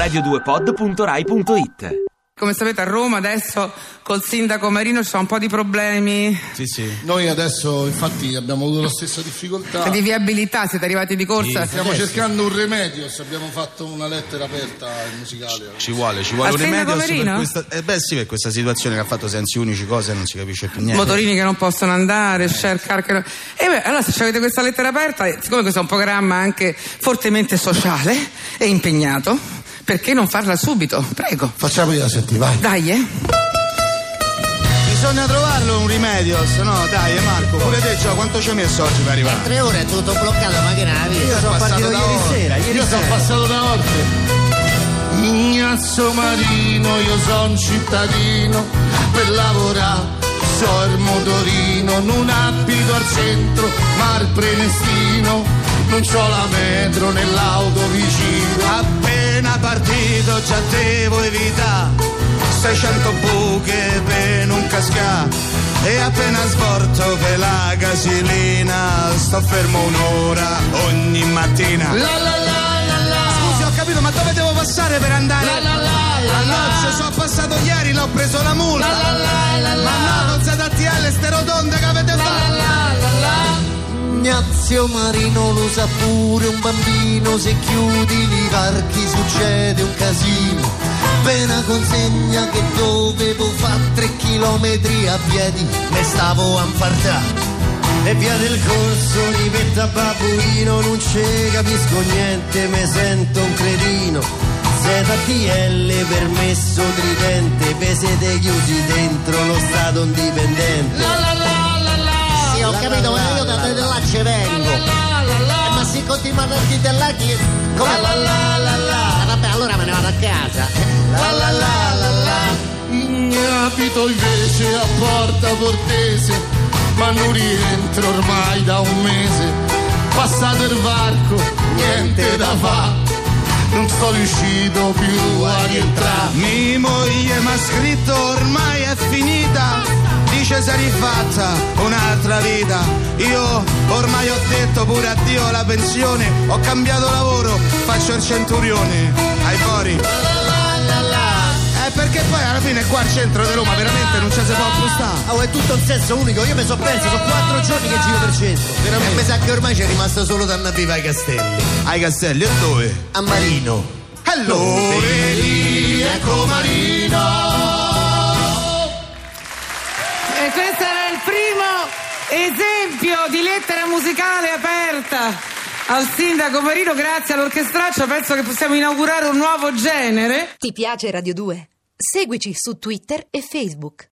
radio2pod.rai.it. Come sapete, a Roma adesso col sindaco Marino c'è un po' di problemi. Sì. Noi adesso infatti abbiamo avuto la stessa difficoltà Di viabilità, siete arrivati di corsa. Stiamo cercando un remedio. Abbiamo fatto una lettera aperta al musicale. Ci vuole Al un remedio sindaco per questa, per questa situazione che ha fatto sensi unici, cose non si capisce più niente. Motorini che non possono andare, share car che non... allora se avete questa lettera aperta, siccome questo è un programma anche fortemente sociale e impegnato, perché non farla subito? Prego. Facciamo io, senti, vai. Dai, Bisogna trovarlo un rimedio, se no dai Marco, pure te già quanto ci hai messo oggi per arrivare? 3 ore è tutto bloccato, ma che navi? Io sono partito ieri sera. Io sono passato da Orte. Ignazio Marino, io sono cittadino, per lavorare so il motorino, non abito al centro, ma al Prenestino, non c'ho la metro nell'auto vicino. Appena partito già devo evitare 600 buche per non cascare, e appena svolto per la gasolina sto fermo un'ora ogni mattina. Scusi, ho capito, ma dove devo passare per andare? No, ci sono passato ieri, l'ho preso la multa. Ma no, non siete ATL, ste rotonde che avete fatto. Ignazio Marino lo sa pure un bambino, se chiudi i varchi succede un casino. Appena consegna che dovevo fare 3 chilometri a piedi, me stavo a infartare. E via del corso di Vetta Babuino, non ci capisco niente, me sento un cretino. ZTL permesso tridente, ve siete chiusi dentro lo stato indipendente. Sì, ho capito, ma io da là ci vengo. Ma se continua a partire là, come vabbè, allora me ne vado a casa. Abito invece a Porta Portese, ma non rientro ormai da un mese. Passato il varco, niente da fa', non sto riuscito più a rientrare. Mi moglie m'ha scritto ormai è finita, dice si è rifatta un'altra vita. Io ormai ho detto pure addio alla pensione, ho cambiato lavoro, faccio il centurione ai fori. Perché poi alla fine qua al centro di Roma veramente non ci si può più stare. Oh, è tutto un senso unico, io mi sono perso, sono 4 giorni che giro per centro. Veramente. E mi sa che ormai c'è rimasto solo da Viva ai Castelli. Ai Castelli e dove? A Marino. Allora lì, ecco Marino. E questo era il primo esempio di lettera musicale aperta al sindaco Marino. Grazie all'orchestraccio, penso che possiamo inaugurare un nuovo genere. Ti piace Radio 2? Seguici su Twitter e Facebook.